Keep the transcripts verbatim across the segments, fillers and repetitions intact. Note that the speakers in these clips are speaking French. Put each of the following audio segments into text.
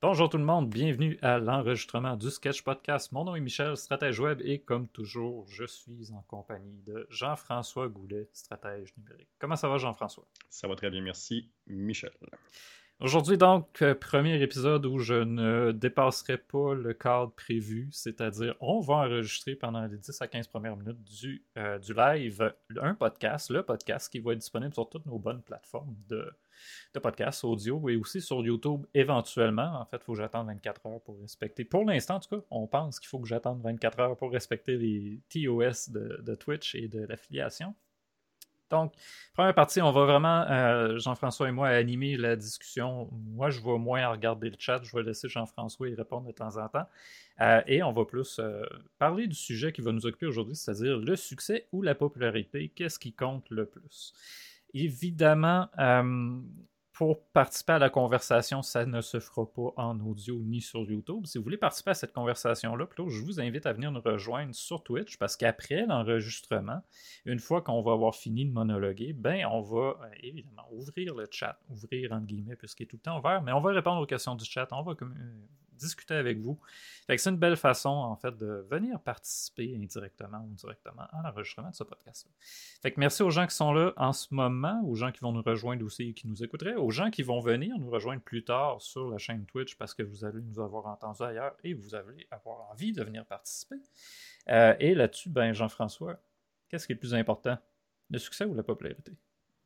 Bonjour tout le monde, bienvenue à l'enregistrement du Sketch Podcast. Mon nom est Michel, stratège web, et comme toujours, je suis en compagnie de Jean-François Goulet, stratège numérique. Comment ça va, Jean-François? Ça va très bien, merci, Michel. Aujourd'hui donc, euh, premier épisode où je ne dépasserai pas le cadre prévu, c'est-à-dire on va enregistrer pendant les dix à quinze premières minutes du, euh, du live un podcast, le podcast qui va être disponible sur toutes nos bonnes plateformes de, de podcasts audio et aussi sur YouTube éventuellement. En fait, il faut que j'attende vingt-quatre heures pour respecter. Pour l'instant, en tout cas, on pense qu'il faut que j'attende vingt-quatre heures pour respecter les T O S de, de Twitch et de l'affiliation. Donc, première partie, on va vraiment, euh, Jean-François et moi, animer la discussion. Moi, je vais moins regarder le chat. Je vais laisser Jean-François y répondre de temps en temps. Euh, et on va plus euh, parler du sujet qui va nous occuper aujourd'hui, c'est-à-dire le succès ou la popularité. Qu'est-ce qui compte le plus? Évidemment, euh, pour participer à la conversation, ça ne se fera pas en audio ni sur YouTube. Si vous voulez participer à cette conversation-là, plutôt, je vous invite à venir nous rejoindre sur Twitch parce qu'après l'enregistrement, une fois qu'on va avoir fini de monologuer, ben on va euh, évidemment ouvrir le chat, ouvrir entre guillemets puisqu'il est tout le temps ouvert, mais on va répondre aux questions du chat, on va comme, euh, discuter avec vous. Fait que c'est une belle façon en fait de venir participer indirectement ou directement à l'enregistrement de ce podcast-là. Fait que merci aux gens qui sont là en ce moment, aux gens qui vont nous rejoindre aussi et qui nous écouteraient, aux gens qui vont venir nous rejoindre plus tard sur la chaîne Twitch parce que vous allez nous avoir entendu ailleurs et vous allez avoir envie de venir participer. Euh, et là-dessus, ben Jean-François, qu'est-ce qui est le plus important? Le succès ou la popularité?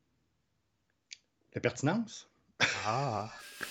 La pertinence? Ah!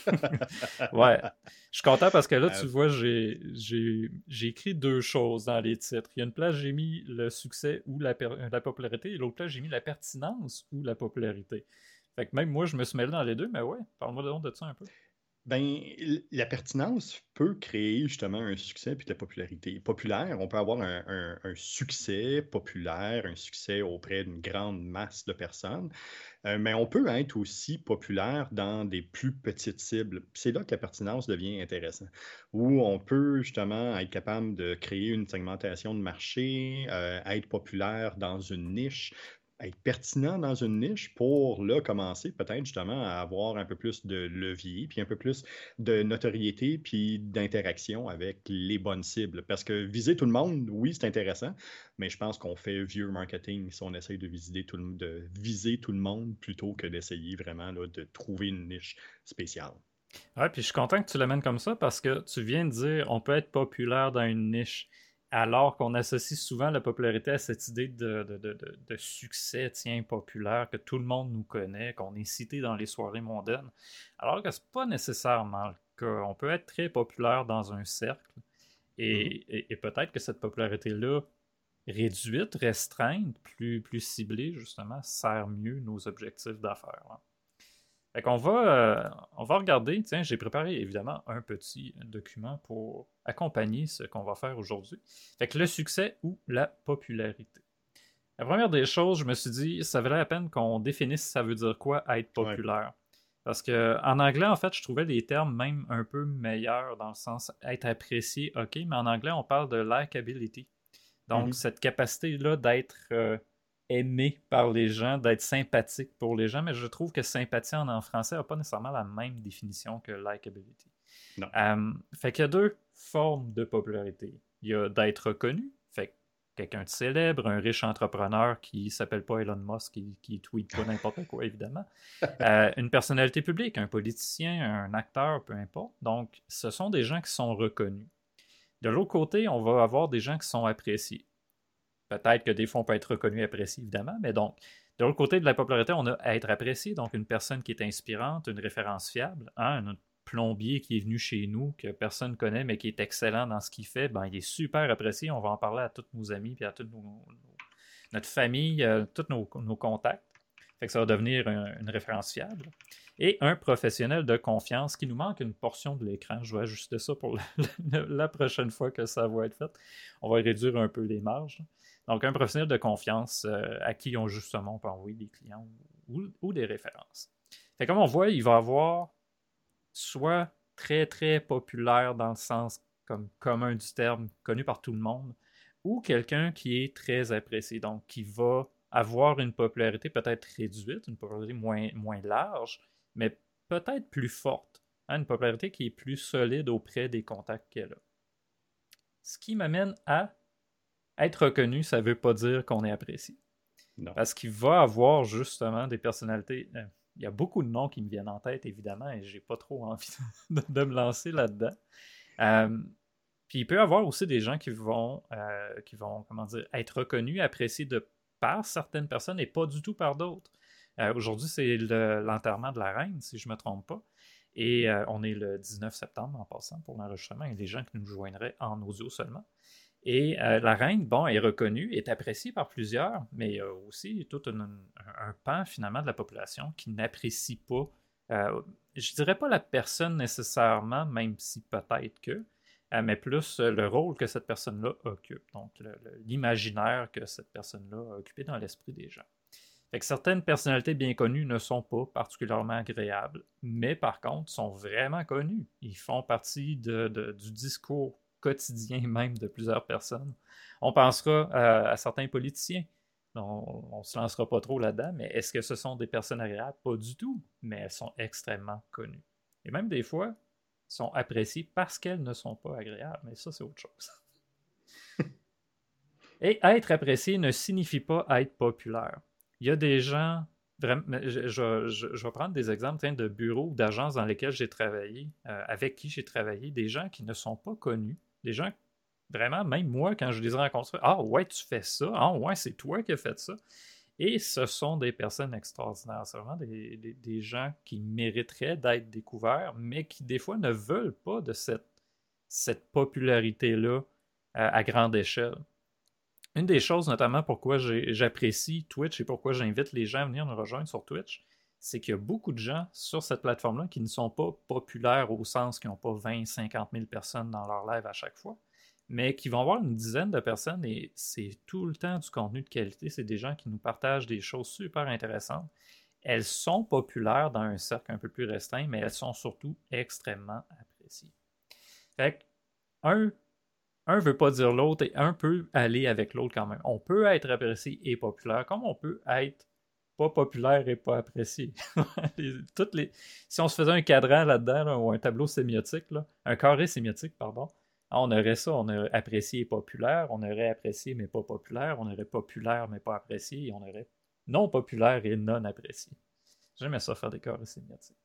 Ouais. Je suis content parce que là, tu Euh, vois, j'ai, j'ai, j'ai écrit deux choses dans les titres. Il y a une place, j'ai mis le succès ou la, per- la popularité, et l'autre place, j'ai mis la pertinence ou la popularité. Fait que même moi, je me suis mêlé dans les deux, mais ouais, parle-moi donc de ça un peu. ben, l- la pertinence peut créer justement un succès puis de la popularité. Populaire, on peut avoir un, un- un succès populaire, un succès auprès d'une grande masse de personnes, euh, mais on peut être aussi populaire dans des plus petites cibles. C'est là que la pertinence devient intéressante, où on peut justement être capable de créer une segmentation de marché, euh, être populaire dans une niche, être pertinent dans une niche pour là commencer peut-être justement à avoir un peu plus de levier, puis un peu plus de notoriété, puis d'interaction avec les bonnes cibles. Parce que viser tout le monde, oui, c'est intéressant, mais je pense qu'on fait vieux marketing si on essaye de viser tout le, de viser tout le monde plutôt que d'essayer vraiment là, de trouver une niche spéciale. Ouais, puis je suis content que tu l'amènes comme ça parce que tu viens de dire on peut être populaire dans une niche, alors qu'on associe souvent la popularité à cette idée de, de, de, de- de succès, tiens, populaire, que tout le monde nous connaît, qu'on est cité dans les soirées mondaines, alors que c'est pas nécessairement le cas. On peut être très populaire dans un cercle Mhm. et, et- et peut-être que cette popularité-là, réduite, restreinte, plus, plus ciblée, justement, sert mieux nos objectifs d'affaires, hein. Fait qu'on va, euh, on va regarder. Tiens, j'ai préparé évidemment un petit document pour accompagner ce qu'on va faire aujourd'hui. Fait que le succès ou la popularité. La première des choses, je me suis dit, ça valait la peine qu'on définisse ça veut dire quoi être Ouais. populaire. Parce que en anglais, en fait, je trouvais les termes même un peu meilleurs dans le sens être apprécié, ok, mais en anglais, on parle de likability. Donc, Mhm. cette capacité-là d'être euh, aimé par les gens, d'être sympathique pour les gens, mais je trouve que sympathie en, en français n'a pas nécessairement la même définition que likability. Non. Euh, fait qu'il y a deux formes de popularité. Il y a d'être reconnu, fait que quelqu'un de célèbre, un riche entrepreneur qui s'appelle pas Elon Musk, qui, qui tweet pas n'importe quoi, évidemment. Euh, une personnalité publique, un politicien, un acteur, peu importe. Donc, ce sont des gens qui sont reconnus. De l'autre côté, on va avoir des gens qui sont appréciés. Peut-être que des fois, on peut être reconnu et apprécié, évidemment, mais donc, de l'autre côté de la popularité, on a à être apprécié, donc une personne qui est inspirante, une référence fiable, hein, un plombier qui est venu chez nous, que personne ne connaît, mais qui est excellent dans ce qu'il fait, ben, il est super apprécié, on va en parler à tous nos amis, puis à toute nos, nos- notre famille, euh, tous nos, nos contacts. Fait que ça va devenir un- une référence fiable. Et un professionnel de confiance qui nous manque une portion de l'écran. Je vais ajuster ça pour la, la prochaine fois que ça va être fait. On va réduire un peu les marges. Donc, un professionnel de confiance euh, à qui on justement on peut envoyer des clients ou, ou des références. Fait comme on voit, il va avoir soit très très populaire dans le sens comme commun du terme, connu par tout le monde, ou quelqu'un qui est très apprécié, donc qui va avoir une popularité peut-être réduite, une popularité moins, moins large, mais peut-être plus forte hein, une popularité qui est plus solide auprès des contacts qu'elle a. Ce qui m'amène à être reconnu, ça ne veut pas dire qu'on est apprécié. Non. Parce qu'il va avoir justement des personnalités. Euh, il y a beaucoup de noms qui me viennent en tête, évidemment, et j'ai pas trop envie de, de me lancer là-dedans. Euh, puis il peut y avoir aussi des gens qui vont, euh, qui vont comment dire, être reconnus, appréciés de par certaines personnes et pas du tout par d'autres. Euh, aujourd'hui, c'est le, l'enterrement de la reine, si je ne me trompe pas. Et euh, on est le dix-neuf septembre en passant pour l'enregistrement. Il y a des gens qui nous joindraient en audio seulement. Et euh, la reine, bon, est reconnue, est appréciée par plusieurs, mais il y a aussi tout un, un, un pan finalement de la population qui n'apprécie pas, euh, je dirais pas la personne nécessairement, même si peut-être que, euh, mais plus euh, le rôle que cette personne-là occupe, donc le, le, l'imaginaire que cette personne-là a occupé dans l'esprit des gens. Fait que certaines personnalités bien connues ne sont pas particulièrement agréables, mais par contre sont vraiment connues. Ils font partie de, de, du discours quotidien même de plusieurs personnes. On pensera à, à certains politiciens. On ne se lancera pas trop là-dedans, mais est-ce que ce sont des personnes agréables? Pas du tout, mais elles sont extrêmement connues. Et même des fois, sont appréciées parce qu'elles ne sont pas agréables, mais ça, c'est autre chose. Et être apprécié ne signifie pas être populaire. Il y a des gens, vraiment, je, je, je, je vais prendre des exemples tiens, de bureaux ou d'agences dans lesquels j'ai travaillé, euh, avec qui j'ai travaillé, des gens qui ne sont pas connus, des gens, vraiment, même moi, quand je les ai rencontrés, ah ouais, tu fais ça, ah ouais, c'est toi qui as fait ça. Et ce sont des personnes extraordinaires, c'est vraiment des, des, des gens qui mériteraient d'être découverts, mais qui des fois ne veulent pas de cette, cette popularité-là euh, à grande échelle. Une des choses, notamment, pourquoi j'ai, j'apprécie Twitch et pourquoi j'invite les gens à venir nous rejoindre sur Twitch, c'est qu'il y a beaucoup de gens sur cette plateforme-là qui ne sont pas populaires au sens qu'ils n'ont pas vingt à cinquante mille personnes dans leur live à chaque fois, mais qui vont avoir une dizaine de personnes et c'est tout le temps du contenu de qualité. C'est des gens qui nous partagent des choses super intéressantes. Elles sont populaires dans un cercle un peu plus restreint, mais elles sont surtout extrêmement appréciées. Fait que, un, un veut pas dire l'autre et un peut aller avec l'autre quand même. On peut être apprécié et populaire, comme on peut être pas populaire et pas apprécié. les, toutes les, si on se faisait un cadran là-dedans, là, ou un tableau sémiotique, là, un carré sémiotique, pardon, on aurait ça, on aurait apprécié et populaire, on aurait apprécié mais pas populaire, on aurait populaire mais pas apprécié, et on aurait non populaire et non apprécié. J'aimais ça faire des carrés sémiotiques.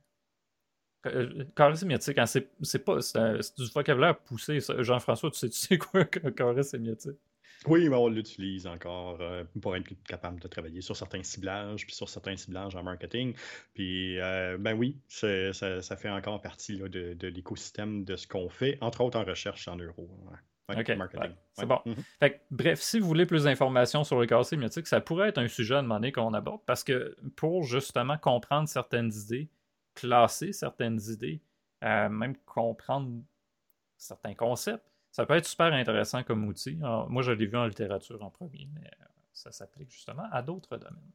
Carré sémiotique, hein, c'est, c'est pas c'est, un, c'est du vocabulaire poussé. Ça. Jean-François, tu sais, tu sais quoi un carré sémiotique? Oui, mais on l'utilise encore euh, pour être capable de travailler sur certains ciblages, puis sur certains ciblages en marketing. Puis, euh, ben oui, c'est, ça, ça fait encore partie là, de, de l'écosystème de ce qu'on fait, entre autres en recherche en euros. Ouais. Ouais, OK, marketing. ouais, c'est Ouais. bon. Mm-hmm. Fait que, bref, si vous voulez plus d'informations sur le carré sémiotique, ça pourrait être un sujet à demander qu'on aborde parce que pour justement comprendre certaines idées, classer certaines idées, euh, même comprendre certains concepts, ça peut être super intéressant comme outil. Alors, moi, je l'ai vu en littérature en premier, mais ça s'applique justement à d'autres domaines.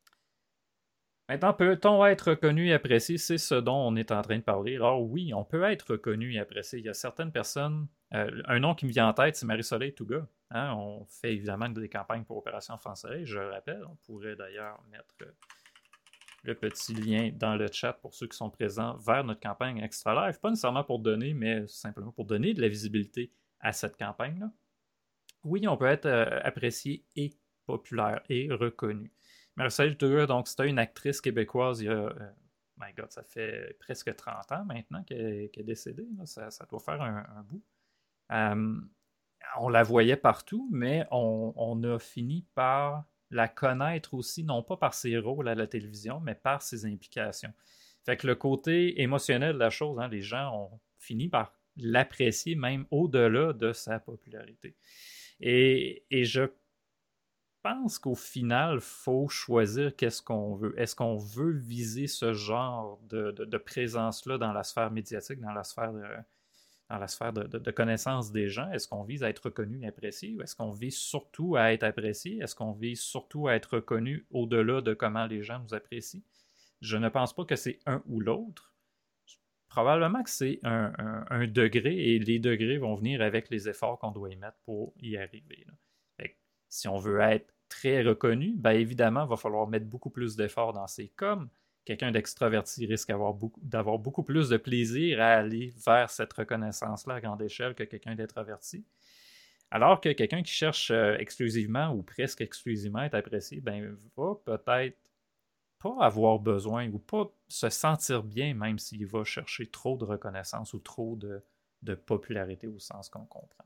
Maintenant, peut-on être reconnu et apprécié? C'est ce dont on est en train de parler. Alors oui, on peut être reconnu et apprécié. Il y a certaines personnes, euh, un nom qui me vient en tête, c'est Marie-Soleil Touga. Hein? On fait évidemment des campagnes pour Opération Enfant Soleil, je le rappelle. On pourrait d'ailleurs mettre le petit lien dans le chat pour ceux qui sont présents vers notre campagne Extra Life. Pas nécessairement pour donner, mais simplement pour donner de la visibilité à cette campagne-là. Oui, on peut être euh, apprécié et populaire et reconnu. Marie-Soleil Touga, donc, c'était une actrice québécoise il y a, euh, my God, ça fait presque trente ans maintenant qu'elle, qu'elle est décédée. Là. Ça, ça doit faire un, un bout. Euh, on la voyait partout, mais on, on a fini par la connaître aussi, non pas par ses rôles à la télévision, mais par ses implications. Fait que le côté émotionnel de la chose, hein, les gens ont fini par l'apprécier même au-delà de sa popularité. Et, et je pense qu'au final, il faut choisir qu'est-ce qu'on veut. Est-ce qu'on veut viser ce genre de, de, de présence-là dans la sphère médiatique, dans la sphère de, dans la sphère de, de, de connaissance des gens? Est-ce qu'on vise à être reconnu et apprécié ou est-ce qu'on vise surtout à être apprécié? Est-ce qu'on vise surtout à être reconnu au-delà de comment les gens nous apprécient? Je ne pense pas que c'est un ou l'autre. Probablement que c'est un, un, un degré et les degrés vont venir avec les efforts qu'on doit y mettre pour y arriver. Là. Fait que, si on veut être très reconnu, bien évidemment, il va falloir mettre beaucoup plus d'efforts dans ces coms. quelqu'un d'extraverti risque d'avoir beaucoup, d'avoir beaucoup plus de plaisir à aller vers cette reconnaissance-là à grande échelle que quelqu'un d'introverti. Alors que quelqu'un qui cherche euh, exclusivement ou presque exclusivement à être apprécié, ben, va peut-être pas avoir besoin ou pas se sentir bien même s'il va chercher trop de reconnaissance ou trop de, de popularité au sens qu'on comprend.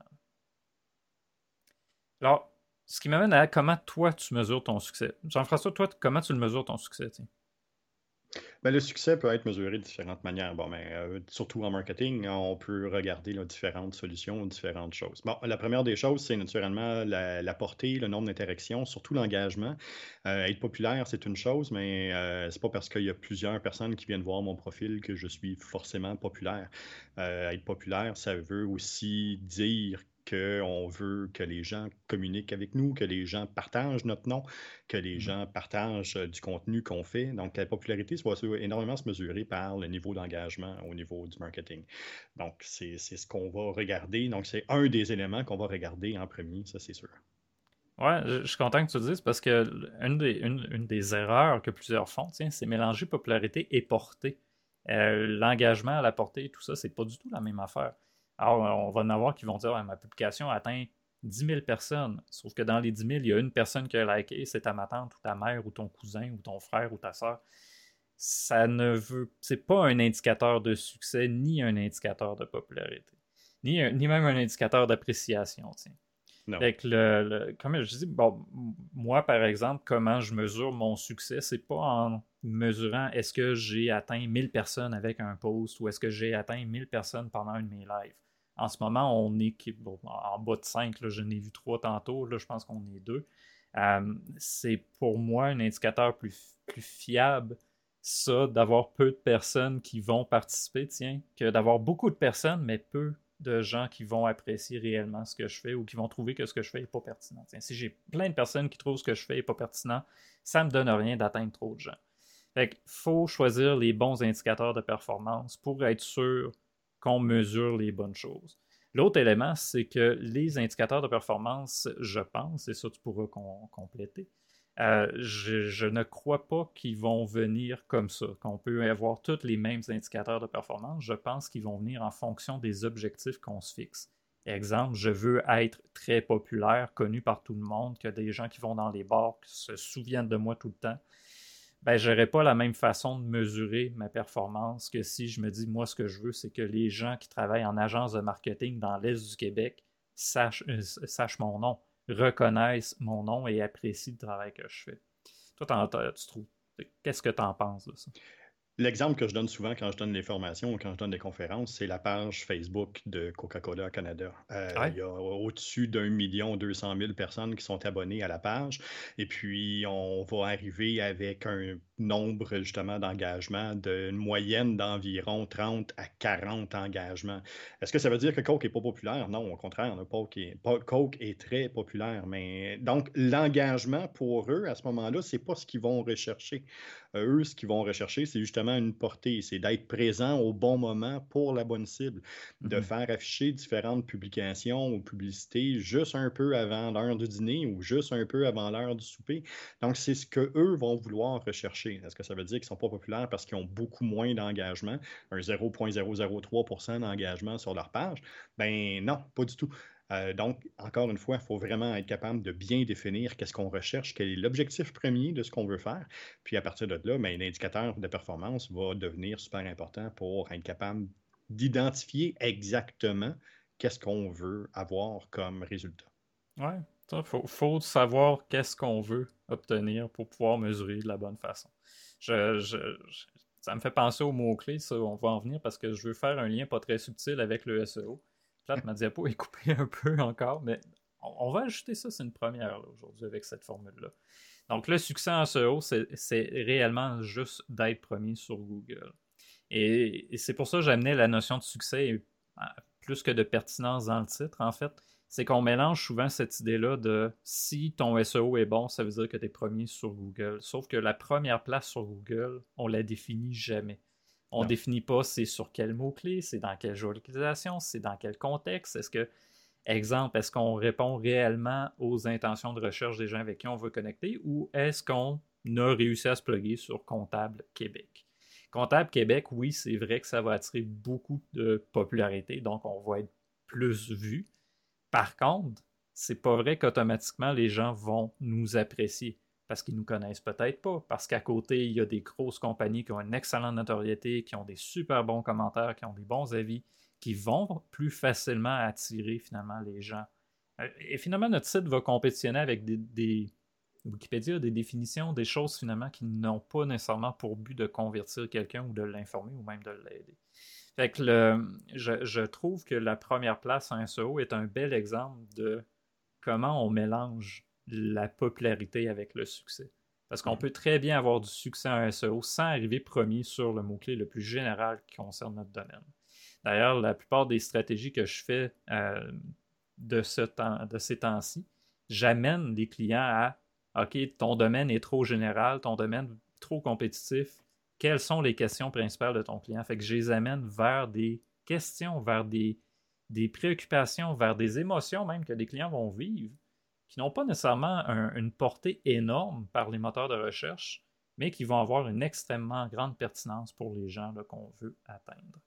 Alors, ce qui m'amène à comment toi tu mesures ton succès. Jean-François, toi, comment tu le mesures ton succès? Tiens? Ben, le succès peut être mesuré de différentes manières. Bon, ben, euh, surtout en marketing, on peut regarder là, différentes solutions, différentes choses. Bon, la première des choses, c'est naturellement la, la portée, le nombre d'interactions, surtout l'engagement. Euh, être populaire, c'est une chose, mais euh, c'est pas parce qu'il y a plusieurs personnes qui viennent voir mon profil que je suis forcément populaire. Euh, être populaire, ça veut aussi dire qu'on veut que les gens communiquent avec nous, que les gens partagent notre nom, que les Mhm. gens partagent euh, du contenu qu'on fait. Donc, la popularité ça va se- énormément se mesurer par le niveau d'engagement au niveau du marketing. Donc, c'est c'est ce qu'on va regarder. Donc, c'est un des éléments qu'on va regarder en premier, ça, c'est sûr. Ouais, je, je suis content que tu le dises parce que une des, une, une des erreurs que plusieurs font, tiens, c'est mélanger popularité et portée. Euh, l'engagement, la portée, tout ça, c'est pas du tout la même affaire. Alors, on va en avoir qui vont dire ouais, ma publication a atteint dix mille personnes. Sauf que dans les dix mille, il y a une personne qui a liké, c'est ta ma tante ou ta mère ou ton cousin ou ton frère ou ta soeur. Ça ne veut. C'est pas un indicateur de succès ni un indicateur de popularité. Ni, un- ni même un indicateur d'appréciation, tiens. Non. Fait que le, le- comme je dis, bon, moi, par exemple, comment je mesure mon succès, c'est pas en mesurant est-ce que j'ai atteint mille personnes avec un post ou est-ce que j'ai atteint mille personnes pendant une de mes lives. En ce moment, on est bon, en bas de cinq, là, je n'ai vu trois tantôt, là, je pense qu'on est deux. Euh, c'est pour moi un indicateur plus, plus fiable, ça, d'avoir peu de personnes qui vont participer, tiens, que d'avoir beaucoup de personnes, mais peu de gens qui vont apprécier réellement ce que je fais ou qui vont trouver que ce que je fais n'est pas pertinent. Tiens, si j'ai plein de personnes qui trouvent ce que je fais n'est pas pertinent, ça ne me donne rien d'atteindre trop de gens. Fait qu'il faut choisir les bons indicateurs de performance pour être sûr qu'on mesure les bonnes choses. L'autre élément, c'est que les indicateurs de performance, je pense, et ça tu pourras com- compléter, euh, je, je, ne crois pas qu'ils vont venir comme ça, qu'on peut avoir tous les mêmes indicateurs de performance. Je pense qu'ils vont venir en fonction des objectifs qu'on se fixe. Exemple, je veux être très populaire, connu par tout le monde, que des gens qui vont dans les bars se souviennent de moi tout le temps. Ben, je n'aurai pas la même façon de mesurer ma performance que si je me dis, moi, ce que je veux, c'est que les gens qui travaillent en agence de marketing dans l'Est du Québec sachent, euh, sachent mon nom, reconnaissent mon nom et apprécient le travail que je fais. Toi, tu trouves, qu'est-ce que tu en penses de ça? L'exemple que je donne souvent quand je donne les formations ou quand je donne des conférences, c'est la page Facebook de Coca-Cola Canada. Euh, il Ouais. y a au-dessus d'un million deux cent mille personnes qui sont abonnées à la page. Et puis, on va arriver avec un nombre justement d'engagements d'une moyenne d'environ trente à quarante engagements. Est-ce que ça veut dire que Coke n'est pas populaire? Non, au contraire, là, Coke, est, Coke est très populaire. Mais donc, l'engagement pour eux, à ce moment-là, c'est pas ce qu'ils vont rechercher. Eux, ce qu'ils vont rechercher, c'est justement une portée, c'est d'être présent au bon moment pour la bonne cible, de Mm-hmm. faire afficher différentes publications ou publicités juste un peu avant l'heure du dîner ou juste un peu avant l'heure du souper. Donc, c'est ce qu'eux vont vouloir rechercher. Est-ce que ça veut dire qu'ils ne sont pas populaires parce qu'ils ont beaucoup moins d'engagement, un zéro virgule zéro zéro trois pour cent d'engagement sur leur page? Ben non, pas du tout. Euh, donc, encore une fois, il faut vraiment être capable de bien définir qu'est-ce qu'on recherche, quel est l'objectif premier de ce qu'on veut faire. Puis à partir de là, ben, l'indicateur de performance va devenir super important pour être capable d'identifier exactement qu'est-ce qu'on veut avoir comme résultat. Ouais. Il faut, faut savoir qu'est-ce qu'on veut obtenir pour pouvoir mesurer de la bonne façon. Je, je, je- ça me fait penser au mot-clé, ça, on va en venir parce que je veux faire un lien pas très subtil avec le S E O. Plate, ma diapo est coupée un peu encore, mais on, on va ajouter ça, c'est une première là, aujourd'hui avec cette formule-là. Donc, le succès en S E O, c'est c'est réellement juste d'être premier sur Google. Et, et c'est pour ça que j'amenais la notion de succès plus que de pertinence dans le titre, en fait. C'est qu'on mélange souvent cette idée-là de si ton S E O est bon, ça veut dire que tu es premier sur Google. Sauf que la première place sur Google, on la définit jamais. On ne Non. définit pas c'est sur quel mot-clé, c'est dans quelle géolocalisation, c'est dans quel contexte. Est-ce que, exemple, est-ce qu'on répond réellement aux intentions de recherche des gens avec qui on veut connecter ou est-ce qu'on a réussi à se plugger sur Comptable Québec. Comptable Québec, oui, c'est vrai que ça va attirer beaucoup de popularité, donc on va être plus vu. Par contre, c'est pas vrai qu'automatiquement les gens vont nous apprécier parce qu'ils nous connaissent peut-être pas, parce qu'à côté, il y a des grosses compagnies qui ont une excellente notoriété, qui ont des super bons commentaires, qui ont des bons avis, qui vont plus facilement attirer finalement les gens. Et finalement, notre site va compétitionner avec des, des Wikipédia a des définitions, des choses finalement qui n'ont pas nécessairement pour but de convertir quelqu'un ou de l'informer ou même de l'aider. Fait que le, je, je trouve que la première place en S E O est un bel exemple de comment on mélange la popularité avec le succès. Parce qu'on peut très bien avoir du succès en S E O sans arriver premier sur le mot-clé le plus général qui concerne notre domaine. D'ailleurs, la plupart des stratégies que je fais euh, de, ce temps, de ces temps-ci, j'amène les clients à OK, ton domaine est trop général, ton domaine est trop compétitif. Quelles sont les questions principales de ton client? Fait que je les amène vers des questions, vers des, des préoccupations, vers des émotions même que les clients vont vivre, qui n'ont pas nécessairement un, une portée énorme par les moteurs de recherche, mais qui vont avoir une extrêmement grande pertinence pour les gens là, qu'on veut atteindre.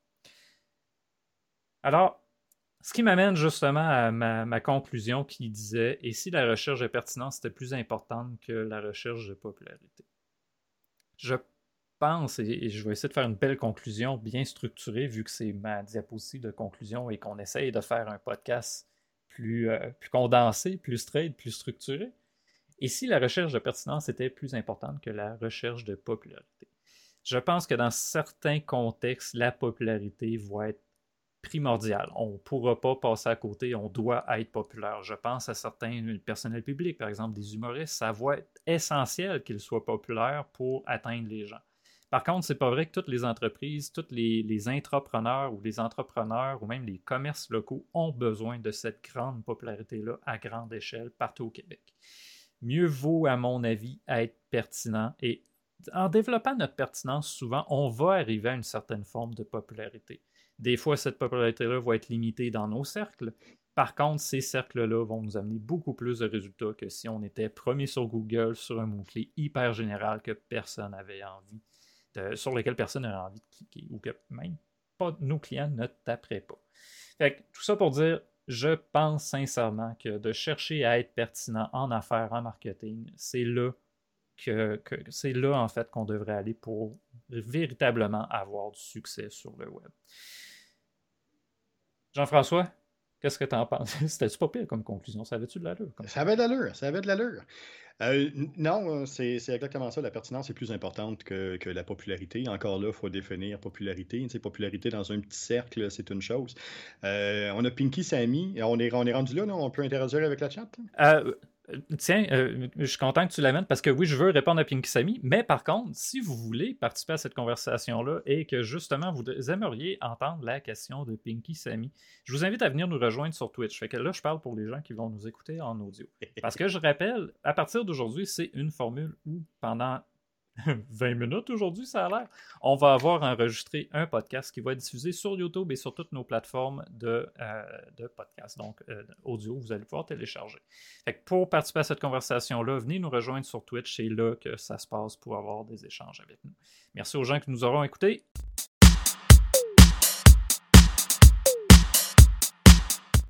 Alors, ce qui m'amène justement à ma, ma conclusion qui disait « Et si la recherche de pertinence était plus importante que la recherche de popularité? » Je pense, et je vais essayer de faire une belle conclusion bien structurée, vu que c'est ma diapositive de conclusion et qu'on essaye de faire un podcast plus, euh, plus condensé, plus straight, plus structuré. Et si la recherche de pertinence était plus importante que la recherche de popularité? Je pense que dans certains contextes, la popularité va être primordial. On ne pourra pas passer à côté, on doit être populaire. Je pense à certains personnels publics, par exemple des humoristes, ça va être essentiel qu'ils soient populaires pour atteindre les gens. Par contre, c'est pas vrai que toutes les entreprises, tous les, les intrapreneurs ou les entrepreneurs ou même les commerces locaux ont besoin de cette grande popularité-là à grande échelle partout au Québec. Mieux vaut, à mon avis, être pertinent et en développant notre pertinence, souvent, on va arriver à une certaine forme de popularité. Des fois, cette popularité-là va être limitée dans nos cercles. Par contre, ces cercles-là vont nous amener beaucoup plus de résultats que si on était premier sur Google sur un mot-clé hyper général que personne n'avait envie, de, sur lequel personne n'avait envie de cliquer ou que même pas nos clients ne taperaient pas. Fait que, tout ça pour dire, je pense sincèrement que de chercher à être pertinent en affaires, en marketing, c'est là que, que c'est là en fait qu'on devrait aller pour véritablement avoir du succès sur le web. Jean-François, qu'est-ce que tu en penses? C'était-tu pas pire comme conclusion? Ça avait-tu de l'allure? Comme... Ça avait de l'allure, ça avait de l'allure. Euh, non, c'est, c'est exactement ça. La pertinence est plus importante que, que la popularité. Encore là, il faut définir popularité. Tu sais, popularité dans un petit cercle, c'est une chose. Euh, on a Pinky Samy. On est, on est rendu là, non? On peut interagir avec la chat? Euh, tiens, euh, je suis content que tu l'amènes parce que oui, je veux répondre à Pinky Samy, mais par contre, si vous voulez participer à cette conversation-là et que justement vous aimeriez entendre la question de Pinky Samy, je vous invite à venir nous rejoindre sur Twitch. Fait que là, je parle pour les gens qui vont nous écouter en audio. Parce que je rappelle, à partir d'aujourd'hui, c'est une formule où pendant vingt minutes aujourd'hui, ça a l'air. On va avoir enregistré un podcast qui va être diffusé sur YouTube et sur toutes nos plateformes de, euh, de podcast. Donc, euh, audio, vous allez pouvoir télécharger. Fait que pour participer à cette conversation-là, venez nous rejoindre sur Twitch. C'est là que ça se passe pour avoir des échanges avec nous. Merci aux gens qui nous auront écoutés.